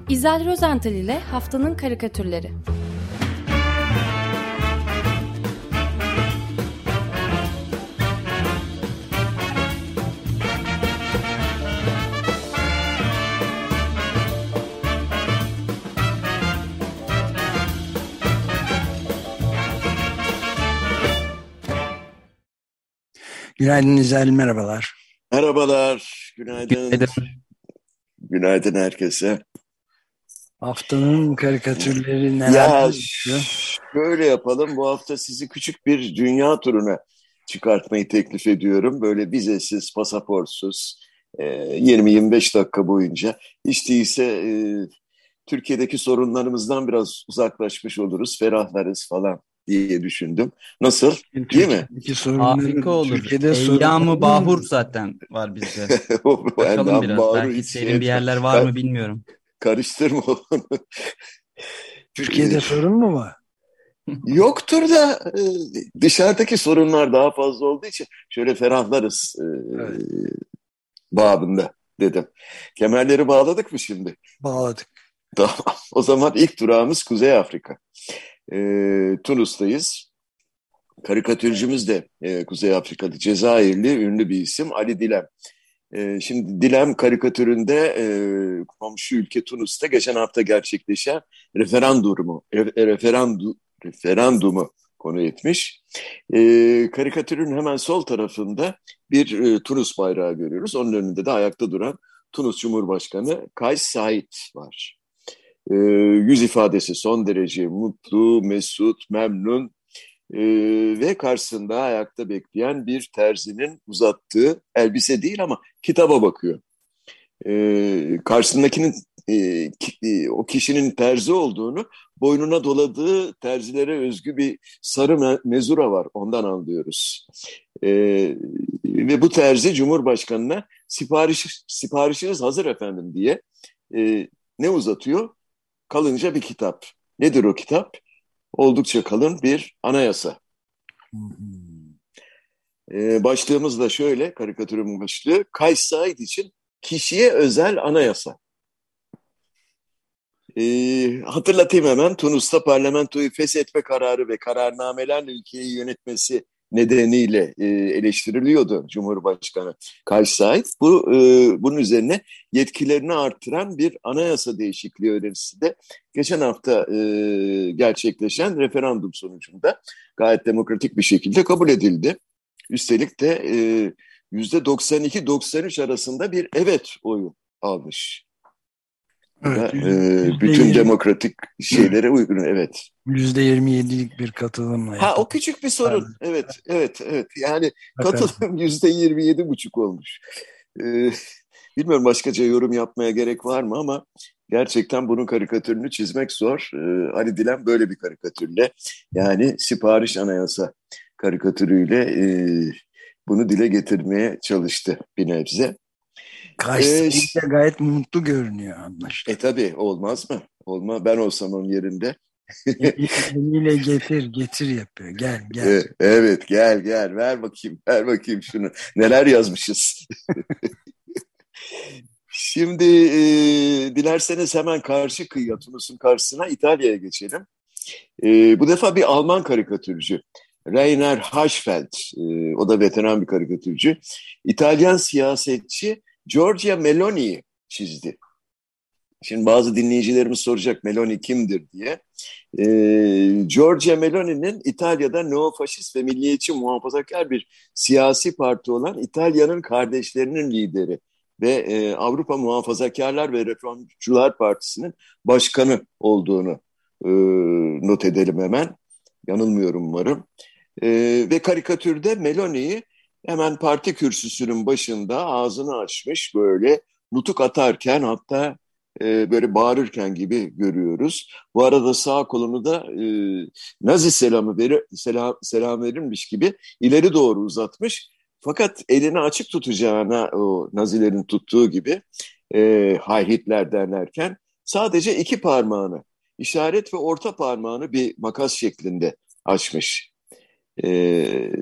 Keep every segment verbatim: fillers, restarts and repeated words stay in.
İzel Rozental ile Haftanın Karikatürleri. Günaydın İzel, merhabalar. Merhabalar, günaydın. Günaydın. Günaydın herkese. Haftanın karikatürleri neler Ya yapıyor? şöyle yapalım, bu hafta sizi küçük bir dünya turuna çıkartmayı teklif ediyorum. Böyle vizesiz, pasaportsuz, e, yirmi yirmi beş dakika boyunca. Hiç değilse e, Türkiye'deki sorunlarımızdan biraz uzaklaşmış oluruz, ferahlarız falan diye düşündüm. Nasıl? İyi mi? Türkiye'deki Harika sorunları, olur. Türkiye'de sorun Eyyam-ı olur Bahur mu? zaten var bizde. O Bakalım benden biraz. bağırı Belki hiç şey serin bir etme. yerler var Ka- mı bilmiyorum. karıştırma onu. Türkiye'de sorun mu var? Yoktur da e, dışarıdaki sorunlar daha fazla olduğu için şöyle ferahlarız e, Evet, babında dedim. Kemerleri bağladık mı şimdi? bağladık. Tamam. O zaman ilk durağımız Kuzey Afrika. E, Tunus'tayız. Karikatürcümüz de e, Kuzey Afrikalı, Cezayirli ünlü bir isim Ali Dilem. E, şimdi Dilem karikatüründe e, komşu ülke Tunus'ta geçen hafta gerçekleşen referandumu, re, referandu, referandumu konu etmiş. E, karikatürün hemen sol tarafında bir e, Tunus bayrağı görüyoruz. Onun önünde de ayakta duran Tunus Cumhurbaşkanı Kays Said var. E, yüz ifadesi son derece mutlu, mesut, memnun e, ve karşısında ayakta bekleyen bir terzinin uzattığı elbise değil ama kitaba bakıyor. E, karşısındakinin e, ki, e, o kişinin terzi olduğunu, boynuna doladığı terzilere özgü bir sarı me- mezura var. Ondan anlıyoruz. E, ve bu terzi Cumhurbaşkanı'na sipariş, siparişiniz hazır efendim diye e, ne uzatıyor? Kalınca bir kitap. Nedir o kitap? Oldukça kalın bir anayasa. E, başlığımız da şöyle, karikatürün başlığı, Kays Said için kişiye özel anayasa. E, hatırlatayım hemen, Tunus'ta parlamentoyu feshetme kararı ve kararnamelerle ülkeyi yönetmesi nedeniyle e, eleştiriliyordu Cumhurbaşkanı Kays Said. Bu, e, bunun üzerine yetkilerini artıran bir anayasa değişikliği önerisi de geçen hafta e, gerçekleşen referandum sonucunda gayet demokratik bir şekilde kabul edildi. Üstelik de e, yüzde doksan iki doksan üç arasında bir evet oyu almış. Bu da Evet, e, yüzde bütün yirmi, demokratik şeylere uygun. Evet. yüzde yirmi yedilik bir katılımla Ha, o yapıldı. küçük bir sorun. Evet, evet, evet. Yani Referandum. katılım yüzde yirmi yedi buçuk olmuş. E, bilmiyorum, başkaca yorum yapmaya gerek var mı ama gerçekten bunun karikatürünü çizmek zor. E, Ali Dilem böyle bir karikatürle, yani sipariş anayasa karikatürüyle e, bunu dile getirmeye çalıştı bir nebze. E, Kayseri de gayet mutlu görünüyor, anlaşılan. e tabii, olmaz mı? Olma, ben olsam onun yerinde. Eli- Eliyle getir, getir yapıyor. Gel, gel. E, evet, gel gel, ver bakayım, ver bakayım şunu. Neler yazmışız. Şimdi e, dilerseniz hemen karşı kıyıya, Tunus'un karşısına, İtalya'ya geçelim. E, bu defa bir Alman karikatürcü. Rainer Hirschfeld, e, o da veteran bir karikatürcü. İtalyan siyasetçi Giorgia Meloni'yi çizdi. Şimdi bazı dinleyicilerimiz soracak, Meloni kimdir diye. Ee, Giorgia Meloni'nin İtalya'da neofaşist ve milliyetçi muhafazakar bir siyasi parti olan İtalya'nın Kardeşlerinin lideri ve e, Avrupa Muhafazakarlar ve Reformcular Partisi'nin başkanı olduğunu e, not edelim hemen. Yanılmıyorum umarım. E, ve karikatürde Meloni'yi hemen parti kürsüsünün başında ağzını açmış, böyle nutuk atarken, hatta e, böyle bağırırken gibi görüyoruz. Bu arada sağ kolunu da e, Nazi selamı verir, selam, selam verilmiş gibi ileri doğru uzatmış. Fakat elini açık tutacağına, o Nazilerin tuttuğu gibi e, Heil Hitler derlerken, sadece iki parmağını, işaret ve orta parmağını bir makas şeklinde açmış. E,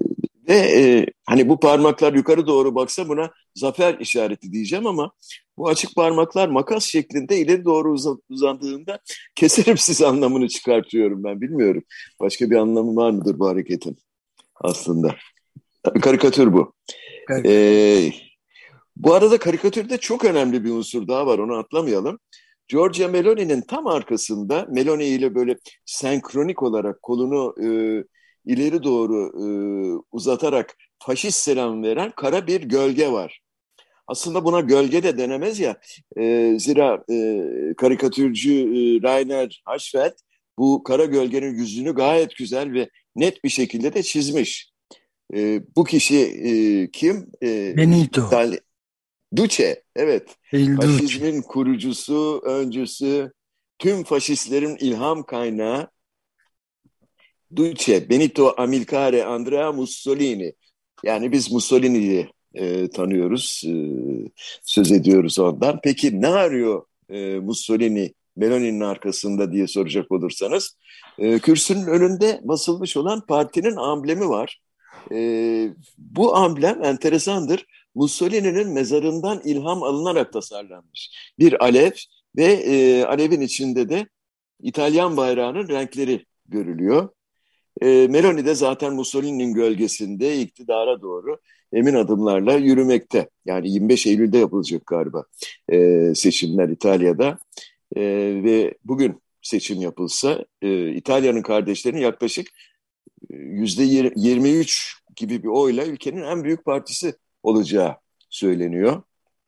Ve e, hani bu parmaklar yukarı doğru baksa buna zafer işareti diyeceğim ama bu açık parmaklar makas şeklinde ileri doğru uza- uzandığında keserim siz anlamını çıkartıyorum ben bilmiyorum. Başka bir anlamı var mıdır bu hareketin aslında? Tabii karikatür bu. Karikatür. E, Bu arada karikatürde çok önemli bir unsur daha var onu atlamayalım. Giorgia Meloni'nin tam arkasında Meloni ile böyle senkronik olarak kolunu e, ileri doğru e, uzatarak faşist selam veren kara bir gölge var. Aslında buna gölge de denemez ya. E, zira e, karikatürcü e, Rainer Haşfeld bu kara gölgenin yüzünü gayet güzel ve net bir şekilde de çizmiş. E, bu kişi e, kim? E, Benito. İtalya, Duce, evet. Il Duce. Faşizmin kurucusu, öncüsü, tüm faşistlerin ilham kaynağı Duce, Benito Amilcare Andrea Mussolini. Yani biz Mussolini'yi e, tanıyoruz, e, söz ediyoruz ondan. Peki ne arıyor e, Mussolini Meloni'nin arkasında diye soracak olursanız, e, kürsünün önünde basılmış olan partinin amblemi var. E, Bu amblem enteresandır. Mussolini'nin mezarından ilham alınarak tasarlanmış. Bir alev ve e, alevin içinde de İtalyan bayrağının renkleri görülüyor. E, Meloni de zaten Mussolini'nin gölgesinde iktidara doğru emin adımlarla yürümekte. Yani yirmi beş Eylül'de yapılacak galiba e, seçimler İtalya'da. E, Ve bugün seçim yapılsa e, İtalya'nın kardeşlerinin yaklaşık yüzde yirmi üç gibi bir oyla ülkenin en büyük partisi olacağı söyleniyor.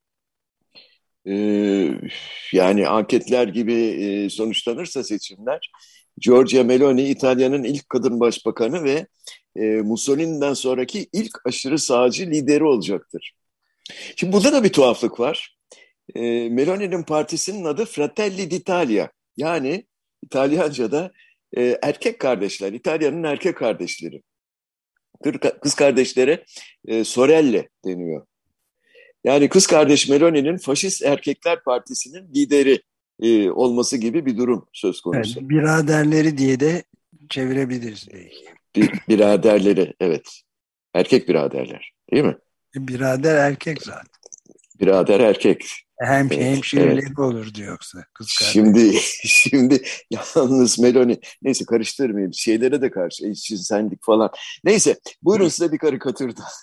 Ee, Yani anketler gibi e, sonuçlanırsa seçimler, Giorgia Meloni İtalya'nın ilk kadın başbakanı ve e, Mussolini'den sonraki ilk aşırı sağcı lideri olacaktır. Şimdi burada da bir tuhaflık var. E, Meloni'nin partisinin adı Fratelli d'Italia. Yani İtalyanca'da e, erkek kardeşler, İtalya'nın erkek kardeşleri. Kız kardeşlere e, Sorelle deniyor. Yani kız kardeş Meloni'nin Faşist Erkekler Partisi'nin lideri e, olması gibi bir durum söz Evet, konusu. biraderleri diye de çevirebiliriz belki. Bir, biraderleri, evet. Erkek biraderler, değil mi? Birader erkek zaten. Birader erkek. Hem Evet, evet. hemşireleri olurdu yoksa kız kardeş. Şimdi, şimdi yalnız Meloni, neyse karıştırmayayım. Şeylere de karşı, eşcinsellik falan. Neyse, buyurun size bir karikatür daha.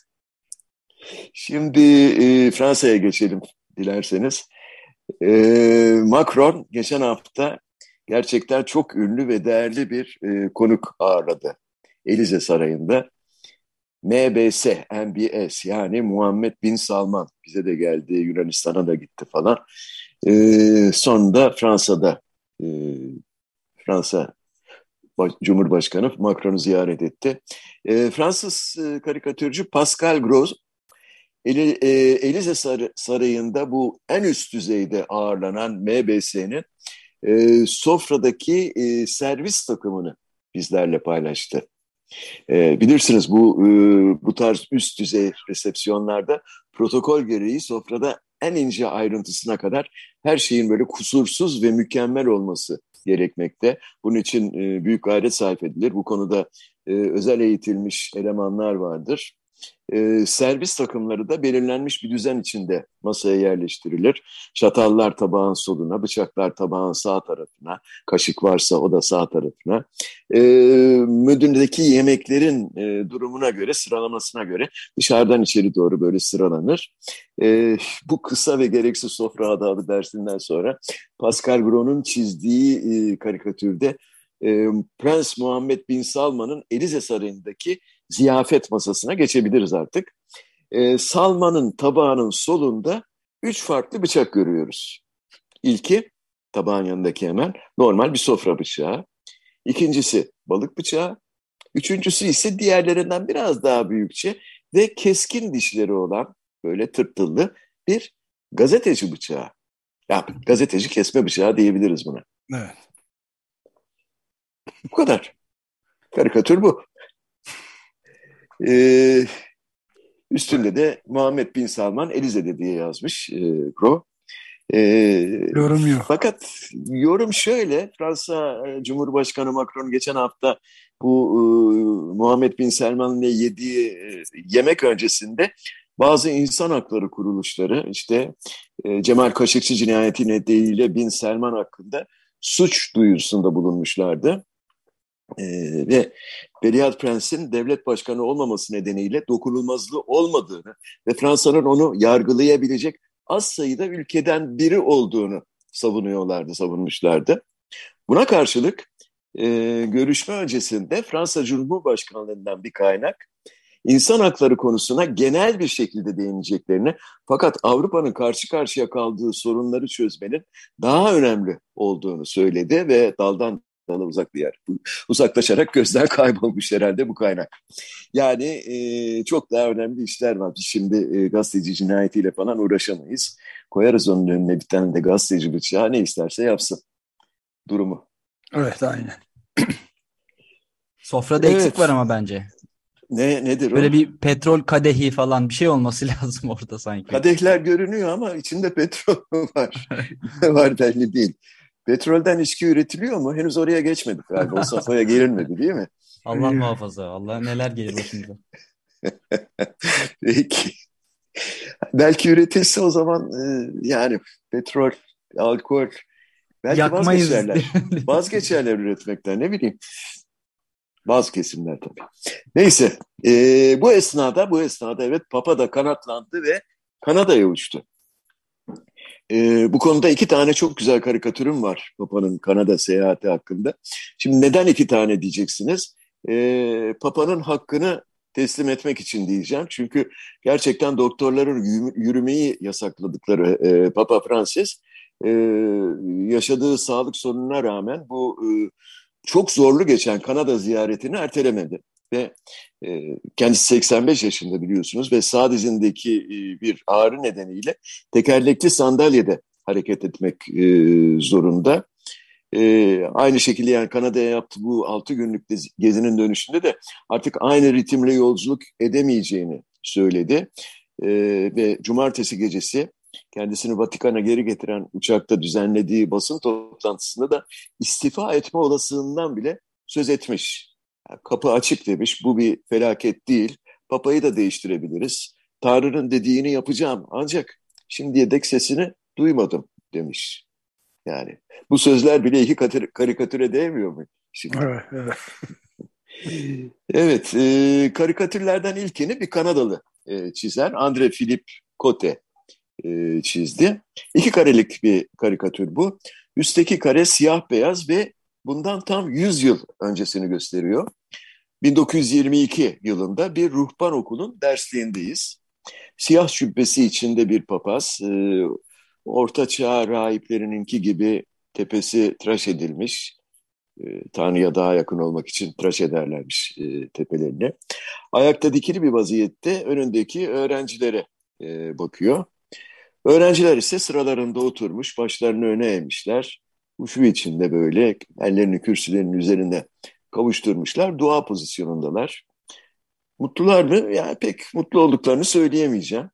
Şimdi e, Fransa'ya geçelim dilerseniz. E, Macron geçen hafta gerçekten çok ünlü ve değerli bir e, konuk ağırladı. Elize Sarayı'nda. M B S, M B S yani Muhammed Bin Salman bize de geldi, Yunanistan'a da gitti falan. E, Sonunda Fransa'da e, Fransa Cumhurbaşkanı Macron'u ziyaret etti. E, Fransız e, karikatürcü Pascal Gros Eli, e, Elize Sarayı'nda bu en üst düzeyde ağırlanan M B S'nin e, sofradaki e, servis takımını bizlerle paylaştı. E, bilirsiniz bu e, bu tarz üst düzey resepsiyonlarda protokol gereği sofrada en ince ayrıntısına kadar her şeyin böyle kusursuz ve mükemmel olması gerekmekte. Bunun için e, büyük gayret sarf edilir. Bu konuda e, özel eğitilmiş elemanlar vardır. E, servis takımları da belirlenmiş bir düzen içinde masaya yerleştirilir. Çatallar tabağın soluna, bıçaklar tabağın sağ tarafına, kaşık varsa o da sağ tarafına. E, Menüdeki yemeklerin e, durumuna göre, sıralamasına göre dışarıdan içeri doğru böyle sıralanır. E, Bu kısa ve gereksiz sofra adabı dersinden sonra Pascal Gros'un çizdiği e, karikatürde e, Prens Muhammed Bin Salman'ın Elize Sarayı'ndaki ziyafet masasına geçebiliriz artık. Ee, Salman'ın tabağının solunda üç farklı bıçak görüyoruz. İlki tabağın yanındaki hemen normal bir sofra bıçağı. İkincisi balık bıçağı. Üçüncüsü ise diğerlerinden biraz daha büyükçe ve keskin dişleri olan böyle tırtıllı bir gazeteci bıçağı. Yani gazeteci kesme bıçağı diyebiliriz buna. Evet. Bu kadar. Karikatür bu. Ee, Üstünde de Muhammed Bin Salman Elize'de diye yazmış e, Gro. E, Yorum yok. Fakat yorum şöyle, Fransa Cumhurbaşkanı Macron geçen hafta bu e, Muhammed Bin Selman'la yediği e, yemek öncesinde bazı insan hakları kuruluşları işte e, Cemal Kaşıkçı cinayeti nedeniyle Bin Selman hakkında suç duyurusunda bulunmuşlardı. E, ve Veliaht Prens'in devlet başkanı olmaması nedeniyle dokunulmazlığı olmadığını ve Fransa'nın onu yargılayabilecek az sayıda ülkeden biri olduğunu savunuyorlardı, savunmuşlardı. Buna karşılık e, görüşme öncesinde Fransa Cumhurbaşkanlığından bir kaynak insan hakları konusuna genel bir şekilde değineceklerini fakat Avrupa'nın karşı karşıya kaldığı sorunları çözmenin daha önemli olduğunu söyledi ve daldan dala uzak bir yer. Uzaklaşarak gözden kaybolmuş herhalde bu kaynak. Yani e, çok daha önemli işler var. Biz şimdi e, gazeteci cinayetiyle falan uğraşamayız. Koyarız onun önüne bir tane de gazeteci bıçağı, ne isterse yapsın durumu. Evet, aynen. Sofrada Evet. eksik var ama bence. Ne nedir o? Böyle bir petrol kadehi falan bir şey olması lazım orada sanki. Kadehler görünüyor ama içinde petrol var. Ne var belli değil. Petrolden içki üretiliyor mu? Henüz oraya geçmedik galiba. O safhaya gelinmedi değil mi? Allah muhafaza. Allah neler gelir başımıza. Peki. Belki üretilse o zaman e, yani petrol, alkol belki Yakmayız. vazgeçerler. Vazgeçerler üretmekten, ne bileyim. Bazı kesimler tabii. Neyse, e, bu esnada bu esnada evet Papa da kanatlandı ve Kanada'ya uçtu. E, bu konuda iki tane çok güzel karikatürüm var Papa'nın Kanada seyahati hakkında. Şimdi neden iki tane diyeceksiniz? E, Papa'nın hakkını teslim etmek için diyeceğim. Çünkü gerçekten doktorların yürümeyi yasakladıkları e, Papa Francis e, yaşadığı sağlık sorununa rağmen bu e, çok zorlu geçen Kanada ziyaretini ertelemedi. Ve e, kendisi seksen beş yaşında biliyorsunuz ve sağ dizindeki e, bir ağrı nedeniyle tekerlekli sandalyede hareket etmek e, zorunda. E, aynı şekilde yani Kanada'ya yaptığı bu altı günlük gezinin dönüşünde de artık aynı ritimle yolculuk edemeyeceğini söyledi. E, ve cumartesi gecesi kendisini Vatikan'a geri getiren uçakta düzenlediği basın toplantısında da istifa etme olasılığından bile söz etmiş. Yani kapı açık demiş, bu bir felaket değil, Papa'yı da değiştirebiliriz. Tanrı'nın dediğini yapacağım ancak şimdiye dek sesini duymadım demiş. Yani bu sözler bile iki karikatüre değmiyor mu? Şimdi? Evet, evet. Evet, e, karikatürlerden ilkini bir Kanadalı e, çizer, André Philippe Cote e, çizdi. İki karelik bir karikatür bu. Üstteki kare siyah beyaz ve bundan tam yüz yıl öncesini gösteriyor. bin dokuz yüz yirmi iki yılında bir ruhban okulun dersliğindeyiz. Siyah cübbesi içinde bir papaz, e, Orta Çağ rahiplerininki gibi tepesi tıraş edilmiş. E, Tanrı'ya daha yakın olmak için tıraş ederlermiş e, tepelerini. Ayakta dikili bir vaziyette önündeki öğrencilere e, bakıyor. Öğrenciler ise sıralarında oturmuş, başlarını öne eğmişler. Huşu içinde böyle ellerini kürsülerin üzerine kavuşturmuşlar. Dua pozisyonundalar. Mutlular mı? Yani pek mutlu olduklarını söyleyemeyeceğim.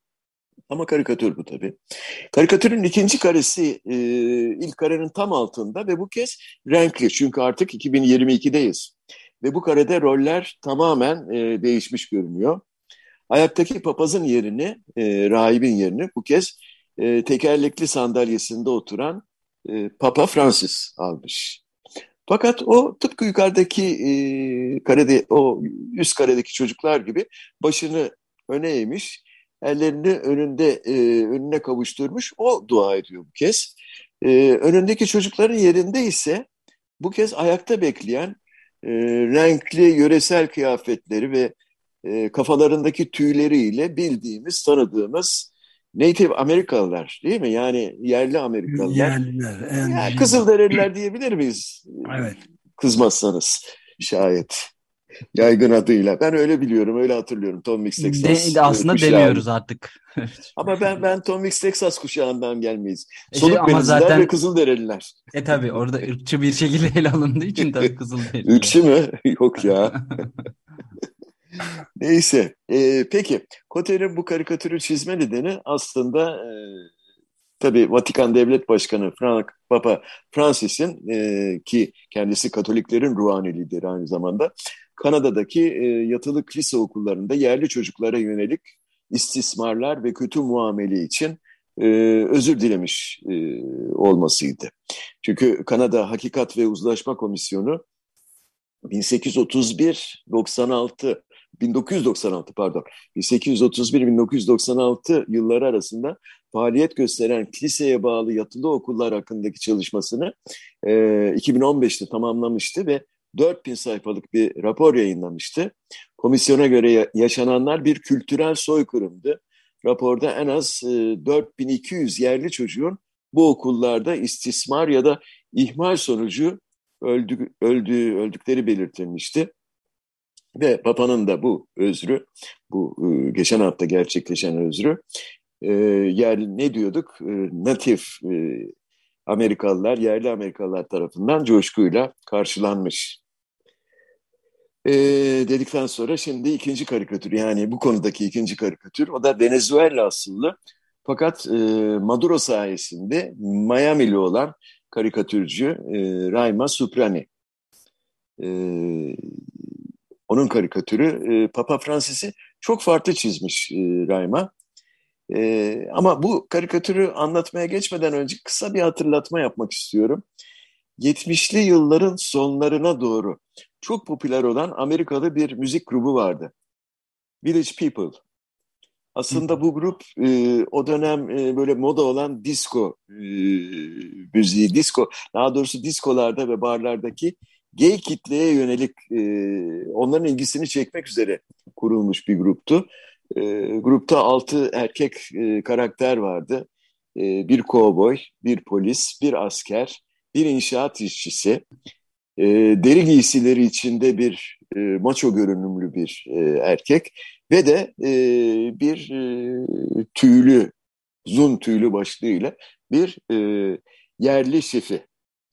Ama karikatür bu tabii. Karikatürün ikinci karesi e, ilk karenin tam altında ve bu kez renkli. Çünkü artık iki bin yirmi ikideyiz. Ve bu karede roller tamamen e, değişmiş görünüyor. Ayaktaki papazın yerini, e, rahibin yerini bu kez e, tekerlekli sandalyesinde oturan e, Papa Francis almış. Fakat o tıpkı yukarıdaki e, karede, o üst karedeki çocuklar gibi başını öne eğmiş, ellerini önünde e, önüne kavuşturmuş, o dua ediyor bu kez. E, önündeki çocukların yerinde ise bu kez ayakta bekleyen e, renkli yöresel kıyafetleri ve e, kafalarındaki tüyleriyle bildiğimiz, tanıdığımız Native Amerikalılar değil mi? Yani yerli Amerikalılar. Yerliler. En Yani Kızılderililer diyebilir miyiz? Evet. Kızmazsanız şayet. Yaygın adıyla. Ben öyle biliyorum, öyle hatırlıyorum. Tom Mix Texas De, de aslında kuşağı. demiyoruz artık. Ama ben ben Tom Mix Texas kuşağından gelmeyiz. E şey, Soluk ama benizliler zaten ve Kızılderililer. E tabii orada ırkçı bir şekilde ele alındığı için tabii Kızılderililer. Irkçı mı? Yok ya. Neyse. Ee, peki. Cote'nin bu karikatürü çizme nedeni aslında e, tabii Vatikan Devlet Başkanı Frank, Papa Francis'in e, ki kendisi Katoliklerin ruhani lideri aynı zamanda Kanada'daki e, yatılı kilise okullarında yerli çocuklara yönelik istismarlar ve kötü muamele için e, özür dilemiş e, olmasıydı. Çünkü Kanada Hakikat ve Uzlaşma Komisyonu bin sekiz yüz otuz bir doksan altı bin dokuz yüz doksan altı pardon bin sekiz yüz otuz bir bin dokuz yüz doksan altı yılları arasında faaliyet gösteren kiliseye bağlı yatılı okullar hakkındaki çalışmasını e, iki bin on beşte tamamlamıştı ve dört bin sayfalık bir rapor yayınlamıştı. Komisyona göre yaşananlar bir kültürel soykırımdı. Raporda en az e, dört bin iki yüz yerli çocuğun bu okullarda istismar ya da ihmal sonucu öldü, öldüğü, öldükleri belirtilmişti. Ve Papa'nın da bu özrü, bu e, geçen hafta gerçekleşen özrü, e, yani ne diyorduk? E, natif e, Amerikalılar, yerli Amerikalılar tarafından coşkuyla karşılanmış. E, dedikten sonra şimdi ikinci karikatür, yani bu konudaki ikinci karikatür, o da Venezuela asıllı. Fakat e, Maduro sayesinde Miami'li olan karikatürcü e, Raima Suprani. E, onun karikatürü e, Papa Francis'i çok farklı çizmiş e, Raima. E, ama bu karikatürü anlatmaya geçmeden önce kısa bir hatırlatma yapmak istiyorum. yetmişli yılların sonlarına doğru çok popüler olan Amerikalı bir müzik grubu vardı. Village People. Aslında bu grup e, o dönem e, böyle moda olan disco e, müziği, disco, daha doğrusu diskolarda ve barlardaki gay kitleye yönelik e, onların ilgisini çekmek üzere kurulmuş bir gruptu. E, grupta altı erkek e, karakter vardı. E, bir kovboy, bir polis, bir asker, bir inşaat işçisi, e, deri giysileri içinde bir e, maço görünümlü bir e, erkek ve de e, bir e, tüylü, uzun tüylü başlığıyla bir e, yerli şefi.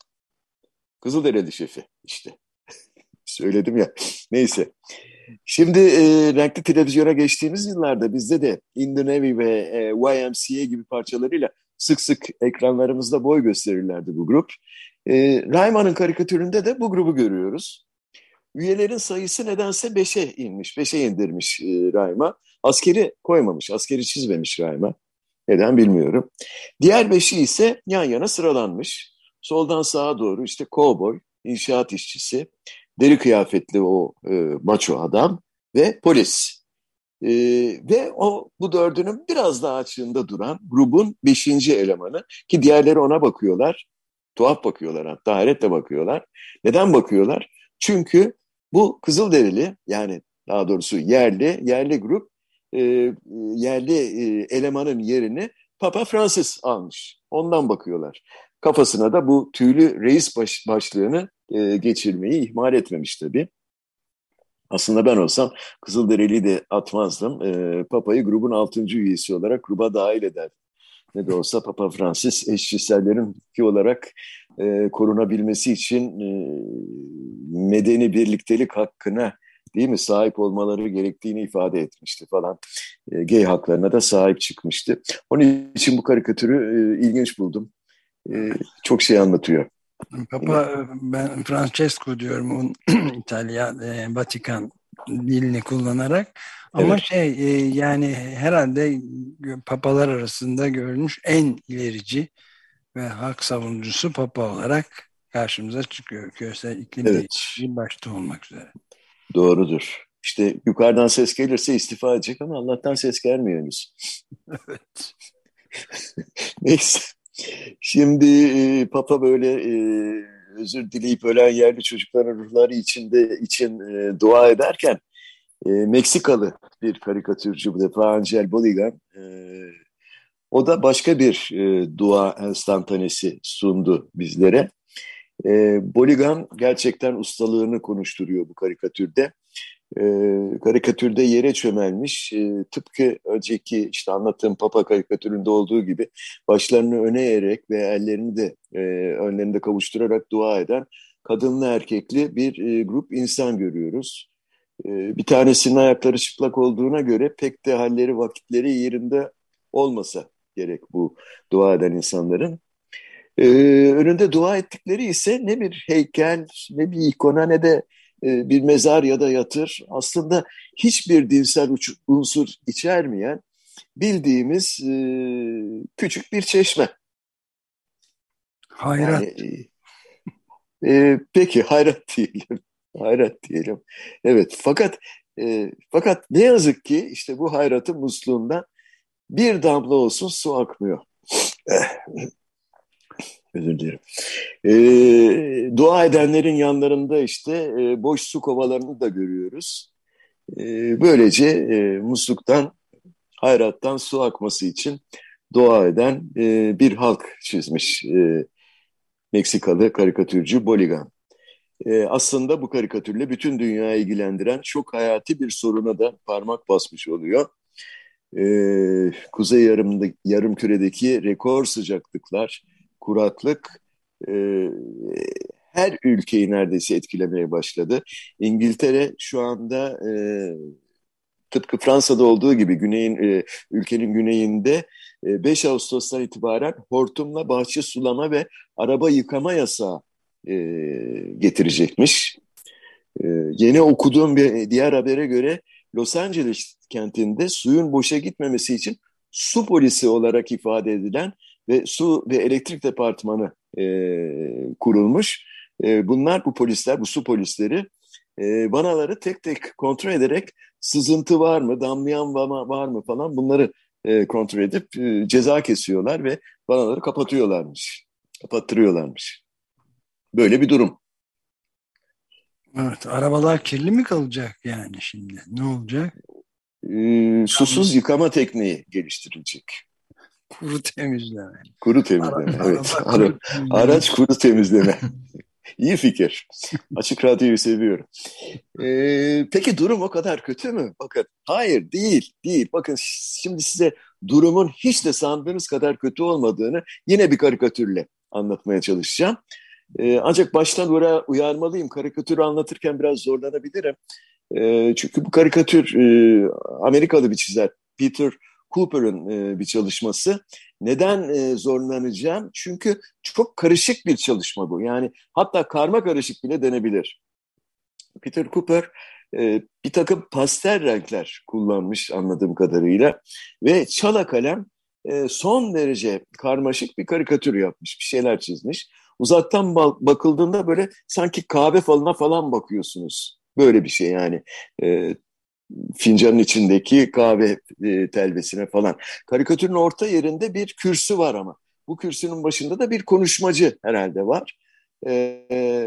Kızılderili şefi işte. Söyledim ya. Neyse. Şimdi e, renkli televizyona geçtiğimiz yıllarda bizde de In the Navy ve e, Y M C A gibi parçalarıyla sık sık ekranlarımızda boy gösterirlerdi bu grup. E, Raima'nın karikatüründe de bu grubu görüyoruz. Üyelerin sayısı nedense beşe inmiş, beşe indirmiş e, Raima. Askeri koymamış, askeri çizmemiş Raima. Neden bilmiyorum. Diğer beşi ise yan yana sıralanmış. Soldan sağa doğru işte kovboy, inşaat işçisi, deri kıyafetli o e, maço adam ve polis. E, ve o bu dördünün biraz daha açığında duran grubun beşinci elemanı ki diğerleri ona bakıyorlar. Tuhaf bakıyorlar, hatta hayretle bakıyorlar. Neden bakıyorlar? Çünkü bu Kızılderili, yani daha doğrusu yerli, yerli grup e, yerli e, elemanın yerini Papa Francis almış. Ondan bakıyorlar. Kafasına da bu tüylü reis baş, başlığını e, geçirmeyi ihmal etmemiş tabii. Aslında ben olsam Kızılderili'yi de atmazdım. E, Papa'yı grubun altıncı üyesi olarak gruba dahil ederdim. Ne de olsa Papa Francis eşcinsellerin hukuki olarak e, korunabilmesi için e, medeni birliktelik hakkına, değil mi, sahip olmaları gerektiğini ifade etmişti falan. E, gay haklarına da sahip çıkmıştı. Onun için bu karikatürü e, ilginç buldum. E, çok şey anlatıyor. Papa, ben Francesco diyorum, onun İtalya, e, Vatikan dilini kullanarak. Ama Evet. şey e, yani herhalde papalar arasında görülmüş en ilerici ve hak savunucusu papa olarak karşımıza çıkıyor. Küresel iklim Evet. değişikliği başta olmak üzere. Doğrudur. İşte yukarıdan ses gelirse istifa edecek ama Allah'tan ses gelmiyor henüz. Evet. Neyse. Şimdi e, Papa böyle e, özür dileyip ölen yerli çocukların ruhları içinde için e, dua ederken e, Meksikalı bir karikatürcü, bu defa Angel Boligan, e, o da başka bir e, dua enstantanesi sundu bizlere. E, Boligan gerçekten ustalığını konuşturuyor bu karikatürde. E, karikatürde yere çömelmiş, e, tıpkı önceki işte anlattığım Papa karikatüründe olduğu gibi başlarını öne eğerek ve ellerini de e, önlerinde kavuşturarak dua eden kadınlı erkekli bir e, grup insan görüyoruz. E, bir tanesinin ayakları çıplak olduğuna göre pek de halleri vakitleri yerinde olmasa gerek bu dua eden insanların. Ee, önünde dua ettikleri ise ne bir heykel, ne bir ikona, ne de e, bir mezar ya da yatır. Aslında hiçbir dinsel uç- unsur içermeyen bildiğimiz e, küçük bir çeşme. Hayrat. Yani e, e, peki hayrat diyelim, hayrat diyelim. Evet, fakat e, fakat ne yazık ki işte bu hayratın musluğundan bir damla olsun su akmıyor. Özür dilerim. E, dua edenlerin yanlarında işte e, boş su kovalarını da görüyoruz. E, böylece e, musluktan, hayrattan su akması için dua eden e, bir halk çizmiş e, Meksikalı karikatürcü Boligan. E, aslında bu karikatürle bütün dünyayı ilgilendiren çok hayati bir soruna da parmak basmış oluyor. E, Kuzey yarımda, yarımküredeki rekor sıcaklıklar, kuraklık e, her ülkeyi neredeyse etkilemeye başladı. İngiltere şu anda e, tıpkı Fransa'da olduğu gibi güneyin e, ülkenin güneyinde e, beş Ağustos'tan itibaren hortumla bahçe sulama ve araba yıkama yasağı e, getirecekmiş. E, yeni okuduğum bir diğer habere göre Los Angeles kentinde suyun boşa gitmemesi için su polisi olarak ifade edilen ve su ve elektrik departmanı e, kurulmuş. E, bunlar bu polisler, bu su polisleri e, vanaları tek tek kontrol ederek sızıntı var mı, damlayan vana var mı falan bunları e, kontrol edip e, ceza kesiyorlar ve vanaları kapatıyorlarmış, kapattırıyorlarmış. Böyle bir durum. Evet, arabalar kirli mi kalacak yani şimdi? Ne olacak? E, susuz yıkama tekniği geliştirilecek. Kuru temizleme. Kuru Ara, temizleme, evet. araba Ara, kuru temizleme. araç kuru temizleme. İyi fikir. Açık radyoyu seviyorum. Ee, peki durum o kadar kötü mü? Bakın, hayır değil, değil. Bakın şimdi size durumun hiç de sandığınız kadar kötü olmadığını yine bir karikatürle anlatmaya çalışacağım. Ee, ancak baştan uyar, uyarmalıyım. Karikatürü anlatırken biraz zorlanabilirim. Ee, çünkü bu karikatür e, Amerikalı bir çizer, Peter Cooper'ın e, bir çalışması. Neden e, zorlanacağım? Çünkü çok karışık bir çalışma bu. Yani hatta karma karışık bile denebilir. Peter Cooper e, bir takım pastel renkler kullanmış anladığım kadarıyla ve çala kalem e, son derece karmaşık bir karikatür yapmış, bir şeyler çizmiş. Uzaktan bakıldığında böyle sanki kahve falına falan bakıyorsunuz. Böyle bir şey yani. E, fincanın içindeki kahve e, telvesine falan. Karikatürün orta yerinde bir kürsü var ama. Bu kürsünün başında da bir konuşmacı herhalde var. E, e,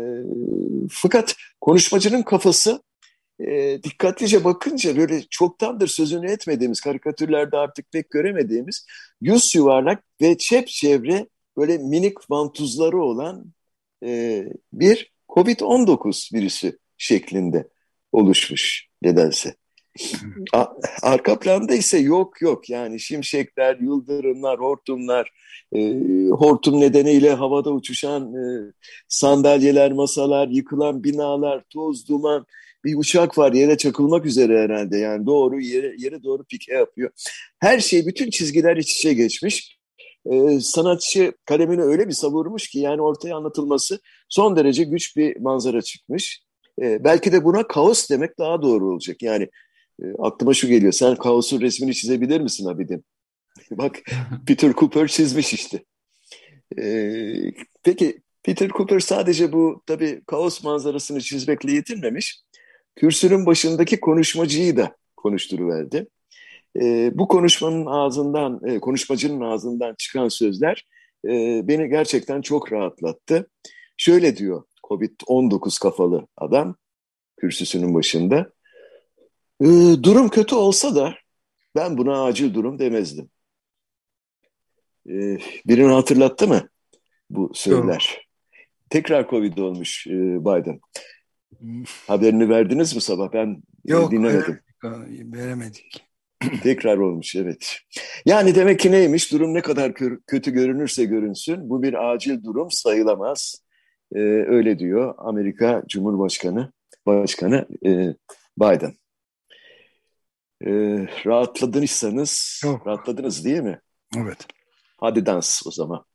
fakat konuşmacının kafası e, dikkatlice bakınca böyle çoktandır sözünü etmediğimiz, karikatürlerde artık pek göremediğimiz yüz yuvarlak ve çepçevre böyle minik vantuzları olan e, bir kovid on dokuz virüsü şeklinde oluşmuş nedense. A- arka planda ise yok yok yani şimşekler, yıldırımlar, hortumlar, e, hortum nedeniyle havada uçuşan e, sandalyeler, masalar, yıkılan binalar, toz, duman. Bir uçak var yere çakılmak üzere herhalde yani doğru yere, yere doğru pike yapıyor. Her şey, bütün çizgiler iç içe geçmiş. E, sanatçı kalemini öyle bir savurmuş ki yani ortaya anlatılması son derece güç bir manzara çıkmış. E, belki de buna kaos demek daha doğru olacak. Yani e, aklıma şu geliyor. Sen kaosun resmini çizebilir misin Abidin? Bak Peter Cooper çizmiş işte. E, peki Peter Cooper sadece bu tabii kaos manzarasını çizmekle yetinmemiş. Kürsünün başındaki konuşmacıyı da konuşturuverdi. E, bu konuşmanın ağzından, e, konuşmacının ağzından çıkan sözler e, beni gerçekten çok rahatlattı. Şöyle diyor kovid on dokuz kafalı adam kürsüsünün başında. E, durum kötü olsa da ben buna acil durum demezdim. E, birini hatırlattı mı bu Yok. sözler? Tekrar Covid olmuş e, Biden. Haberini verdiniz mi sabah? Ben e, Yok, dinlemedim. veremedik. veremedik. Tekrar olmuş, evet. Yani demek ki neymiş? Durum ne kadar kö- kötü görünürse görünsün, bu bir acil durum sayılamaz. Ee, öyle diyor Amerika Cumhurbaşkanı Başkanı e, Biden. Ee, rahatladıysanız, Yok. rahatladınız değil mi? Evet. Hadi dans o zaman.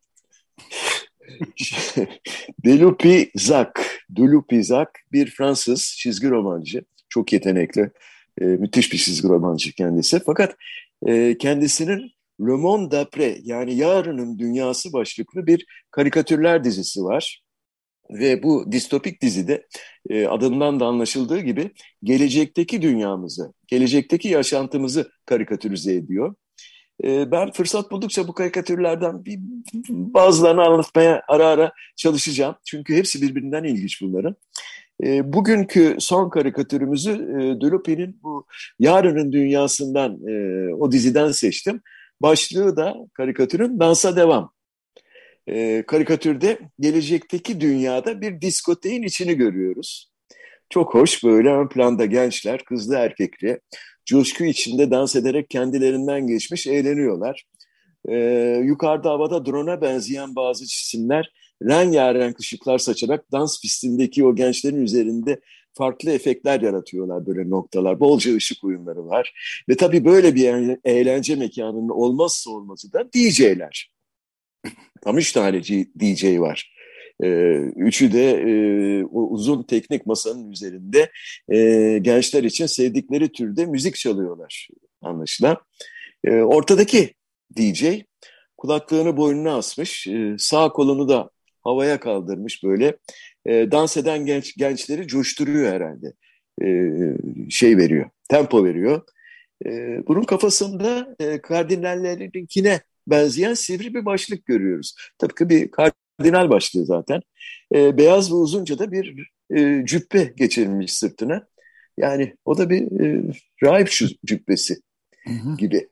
Delupi Zak. Delupi Zak bir Fransız çizgi romancı. Çok yetenekli. E, müthiş bir çizgi romancı kendisi. Fakat e, kendisinin Le Monde d'Après yani Yarının Dünyası başlıklı bir karikatürler dizisi var. Ve bu distopik dizide e, adından da anlaşıldığı gibi gelecekteki dünyamızı, gelecekteki yaşantımızı karikatürize ediyor. E, ben fırsat buldukça bu karikatürlerden bir, bazılarını anlatmaya ara ara çalışacağım. Çünkü hepsi birbirinden ilginç bunların. E, bugünkü son karikatürümüzü e, Delupi'nin bu Yarının Dünyası'ndan, e, o diziden seçtim. Başlığı da karikatürün Dansa Devam. E, karikatürde gelecekteki dünyada bir diskoteğin içini görüyoruz. Çok hoş böyle ön planda gençler, kızlı erkekli, coşku içinde dans ederek kendilerinden geçmiş eğleniyorlar. E, yukarıda havada drone'a benzeyen bazı cisimler rengarenk ışıklar saçarak dans pistindeki o gençlerin üzerinde farklı efektler yaratıyorlar, böyle noktalar. Bolca ışık oyunları var. Ve tabii böyle bir eğlence mekanının olmazsa olmazı da D J'ler. Tam üç tane D J var. Ee, üçü de e, o uzun teknik masanın üzerinde e, gençler için sevdikleri türde müzik çalıyorlar anlaşılan. E, ortadaki D J kulaklığını boynuna asmış, e, sağ kolunu da havaya kaldırmış böyle. E, dans eden genç gençleri coşturuyor herhalde. E, şey veriyor, tempo veriyor. E, bunun kafasında e, kardinallerinkine benzeyen sivri bir başlık görüyoruz. Tıpkı bir kardinal başlığı zaten. E, beyaz ve uzunca da bir e, cübbe geçirilmiş sırtına. Yani o da bir e, rahip cübbesi gibi.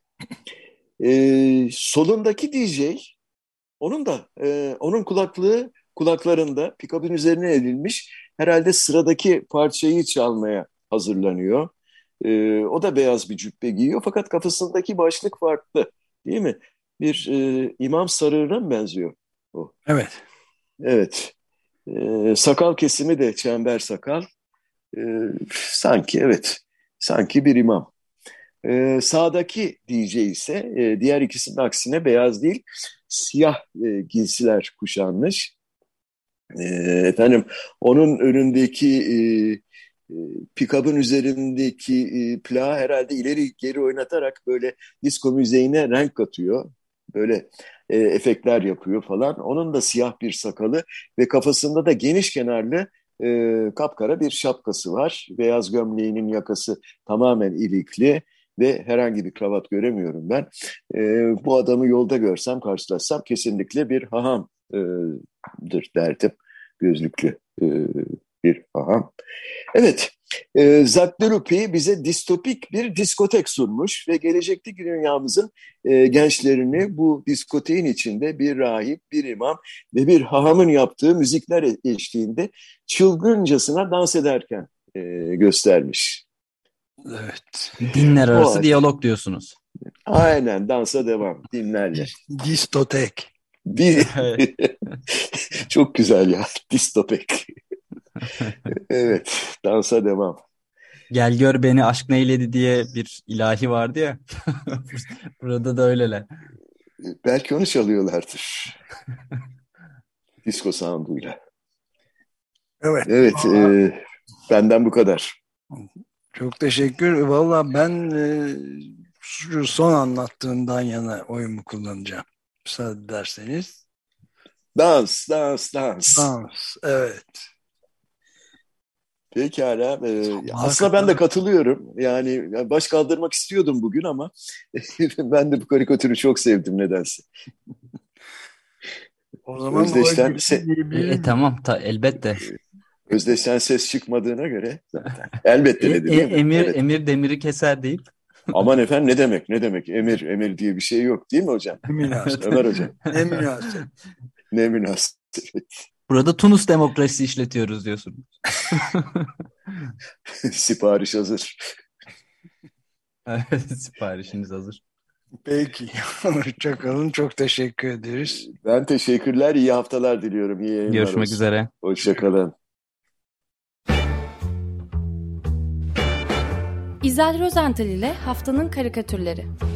E, solundaki D J, onun da e, onun kulaklığı kulaklarında pikapın üzerine edilmiş. Herhalde sıradaki parçayı çalmaya hazırlanıyor. E, o da beyaz bir cübbe giyiyor fakat kafasındaki başlık farklı, değil mi? Bir e, imam sarığına mı benziyor o? Evet. Evet. E, sakal kesimi de çember sakal. E, sanki evet. Sanki bir imam. E, sağdaki D J ise e, diğer ikisinin aksine beyaz değil, siyah e, giysiler kuşanmış. E, efendim onun önündeki e, e, pick-up'ın üzerindeki e, plağı herhalde ileri geri oynatarak böyle disco müziğine renk katıyor. Böyle e, efektler yapıyor falan. Onun da siyah bir sakalı ve kafasında da geniş kenarlı e, kapkara bir şapkası var. Beyaz gömleğinin yakası tamamen ilikli ve herhangi bir kravat göremiyorum ben. E, bu adamı yolda görsem, karşılaşsam kesinlikle bir hahamdır derdim. Gözlüklü e, bir haham. Evet, e, Zak Delupi bize distopik bir diskotek sunmuş ve gelecekteki dünyamızın e, gençlerini bu diskoteğin içinde bir rahip, bir imam ve bir hahamın yaptığı müzikler eşliğinde çılgıncasına dans ederken e, göstermiş. Evet. Dinler arası halde, diyalog diyorsunuz. Aynen, dansa devam, dinlerle. Distotek. Bir... Çok güzel ya, distopik. Evet, dansa devam. Gel gör beni aşk neyledi diye bir ilahi vardı ya. Burada da öyleler. Belki onu çalıyorlardır. Disco sound'uyla. Evet. Evet, e, benden bu kadar. Çok teşekkür. Valla ben e, şu son anlattığından yana oyumu kullanacağım. Müsaade ederseniz. Dans, dans, dans. Dans, evet. Pekala. Ee, aslında ben de katılıyorum. Yani baş kaldırmak istiyordum bugün ama ben de bu karikatürü çok sevdim nedense. O zaman Özdeşten, o se- E, e, tamam ta, elbette. Özdeşten ses çıkmadığına göre zaten. Elbette E, dedi e, değil mi? emir Evet. emir demiri keser deyip. Aman efendim ne demek ne demek emir emir diye bir şey yok değil mi hocam? Ne münasebet. Ömer hocam. Ne münasebet. Ne münasebet. Burada Tunus demokrasisi işletiyoruz diyorsunuz. Sipariş hazır. Evet, siparişiniz hazır. Peki. Hoşçakalın. Çok teşekkür ederiz. Ben teşekkürler. İyi haftalar diliyorum. İyi yayınlar Görüşmek olsun. üzere. Hoşçakalın. İzel Rozental ile Haftanın Karikatürleri.